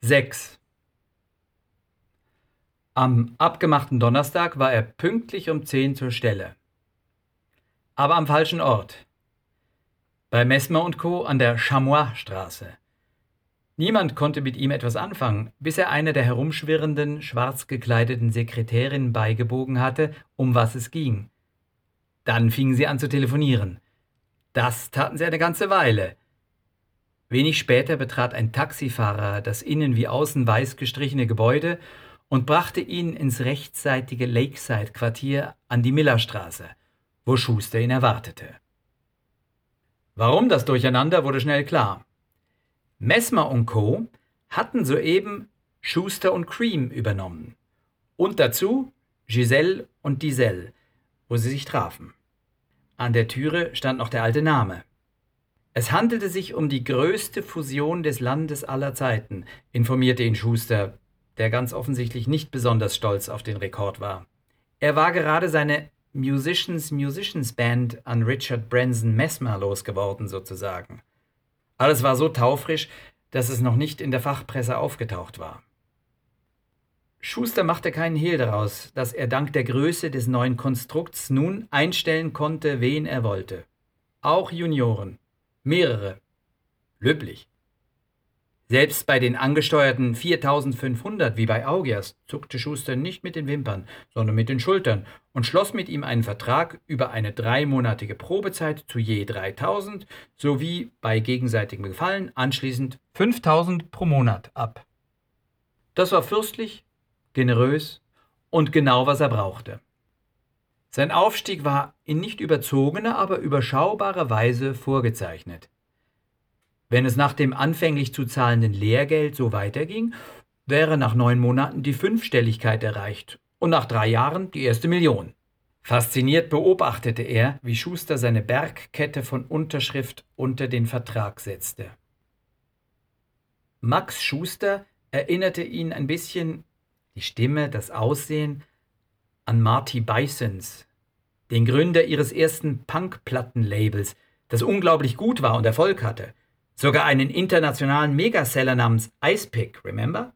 6. Am abgemachten Donnerstag war er pünktlich um 10 zur Stelle. Aber am falschen Ort. Bei Messmer & Co. an der Chamois-Straße. Niemand konnte mit ihm etwas anfangen, bis er einer der herumschwirrenden, schwarz gekleideten Sekretärinnen beigebogen hatte, um was es ging. Dann fingen sie an zu telefonieren. Das taten sie eine ganze Weile. Wenig später betrat ein Taxifahrer das innen wie außen weiß gestrichene Gebäude und brachte ihn ins rechtsseitige Lakeside-Quartier an die Millerstraße, wo Schuster ihn erwartete. Warum das Durcheinander, wurde schnell klar. Messmer & Co. hatten soeben Schuster und Cream übernommen. Und dazu Giselle und Diesel, wo sie sich trafen. An der Türe stand noch der alte Name. Es handelte sich um die größte Fusion des Landes aller Zeiten, informierte ihn Schuster, der ganz offensichtlich nicht besonders stolz auf den Rekord war. Er war gerade seine Musicians Band an Richard Branson Messmer losgeworden, sozusagen. Alles war so taufrisch, dass es noch nicht in der Fachpresse aufgetaucht war. Schuster machte keinen Hehl daraus, dass er dank der Größe des neuen Konstrukts nun einstellen konnte, wen er wollte. Auch Junioren. Mehrere. Löblich. Selbst bei den angesteuerten 4.500 wie bei Augias zuckte Schuster nicht mit den Wimpern, sondern mit den Schultern und schloss mit ihm einen Vertrag über eine 3-monatige Probezeit zu je 3.000 sowie bei gegenseitigem Gefallen anschließend 5.000 pro Monat ab. Das war fürstlich, generös und genau, was er brauchte. Sein Aufstieg war in nicht überzogener, aber überschaubarer Weise vorgezeichnet. Wenn es nach dem anfänglich zu zahlenden Lehrgeld so weiterging, wäre nach 9 Monaten die 5-Stelligkeit erreicht und nach 3 Jahren die erste Million. Fasziniert beobachtete er, wie Schuster seine Bergkette von Unterschrift unter den Vertrag setzte. Max Schuster erinnerte ihn ein bisschen, die Stimme, das Aussehen, an Marty Bisons, den Gründer ihres ersten Punk-Plattenlabels, das unglaublich gut war und Erfolg hatte. Sogar einen internationalen Megaseller namens Icepick, remember?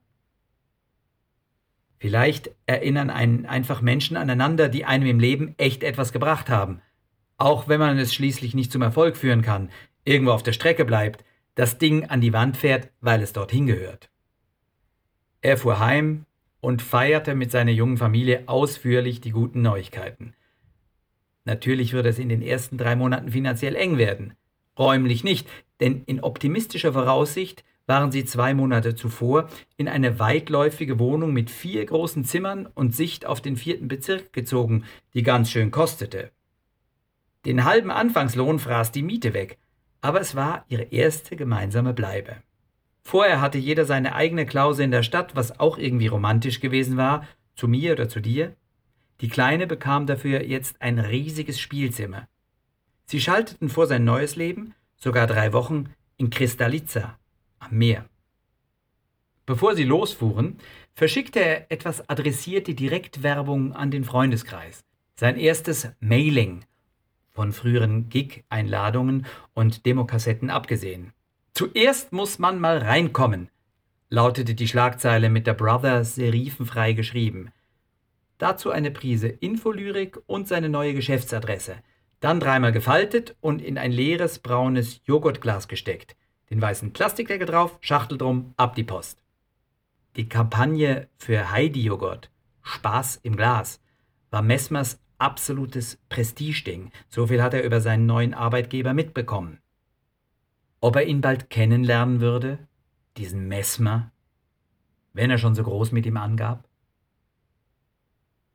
Vielleicht erinnern einen einfach Menschen aneinander, die einem im Leben echt etwas gebracht haben. Auch wenn man es schließlich nicht zum Erfolg führen kann, irgendwo auf der Strecke bleibt, das Ding an die Wand fährt, weil es dorthin gehört. Er fuhr heim und feierte mit seiner jungen Familie ausführlich die guten Neuigkeiten. Natürlich würde es in den ersten 3 Monaten finanziell eng werden. Räumlich nicht, denn in optimistischer Voraussicht waren sie 2 Monate zuvor in eine weitläufige Wohnung mit 4 großen Zimmern und Sicht auf den 4. Bezirk gezogen, die ganz schön kostete. Den halben Anfangslohn fraß die Miete weg, aber es war ihre erste gemeinsame Bleibe. Vorher hatte jeder seine eigene Klause in der Stadt, was auch irgendwie romantisch gewesen war, zu mir oder zu dir. Die Kleine bekam dafür jetzt ein riesiges Spielzimmer. Sie schalteten vor sein neues Leben, sogar 3 Wochen, in Kristalitza am Meer. Bevor sie losfuhren, verschickte er etwas adressierte Direktwerbung an den Freundeskreis. Sein erstes Mailing, von früheren Gig-Einladungen und Demokassetten abgesehen. Zuerst muss man mal reinkommen, lautete die Schlagzeile mit der Brothers serifenfrei geschrieben. Dazu eine Prise Infolyrik und seine neue Geschäftsadresse. Dann 3-mal gefaltet und in ein leeres braunes Joghurtglas gesteckt. Den weißen Plastikdeckel drauf, Schachtel drum, ab die Post. Die Kampagne für Heidi-Joghurt, Spaß im Glas, war Messmers absolutes Prestigeding. So viel hat er über seinen neuen Arbeitgeber mitbekommen. Ob er ihn bald kennenlernen würde, diesen Messmer, wenn er schon so groß mit ihm angab?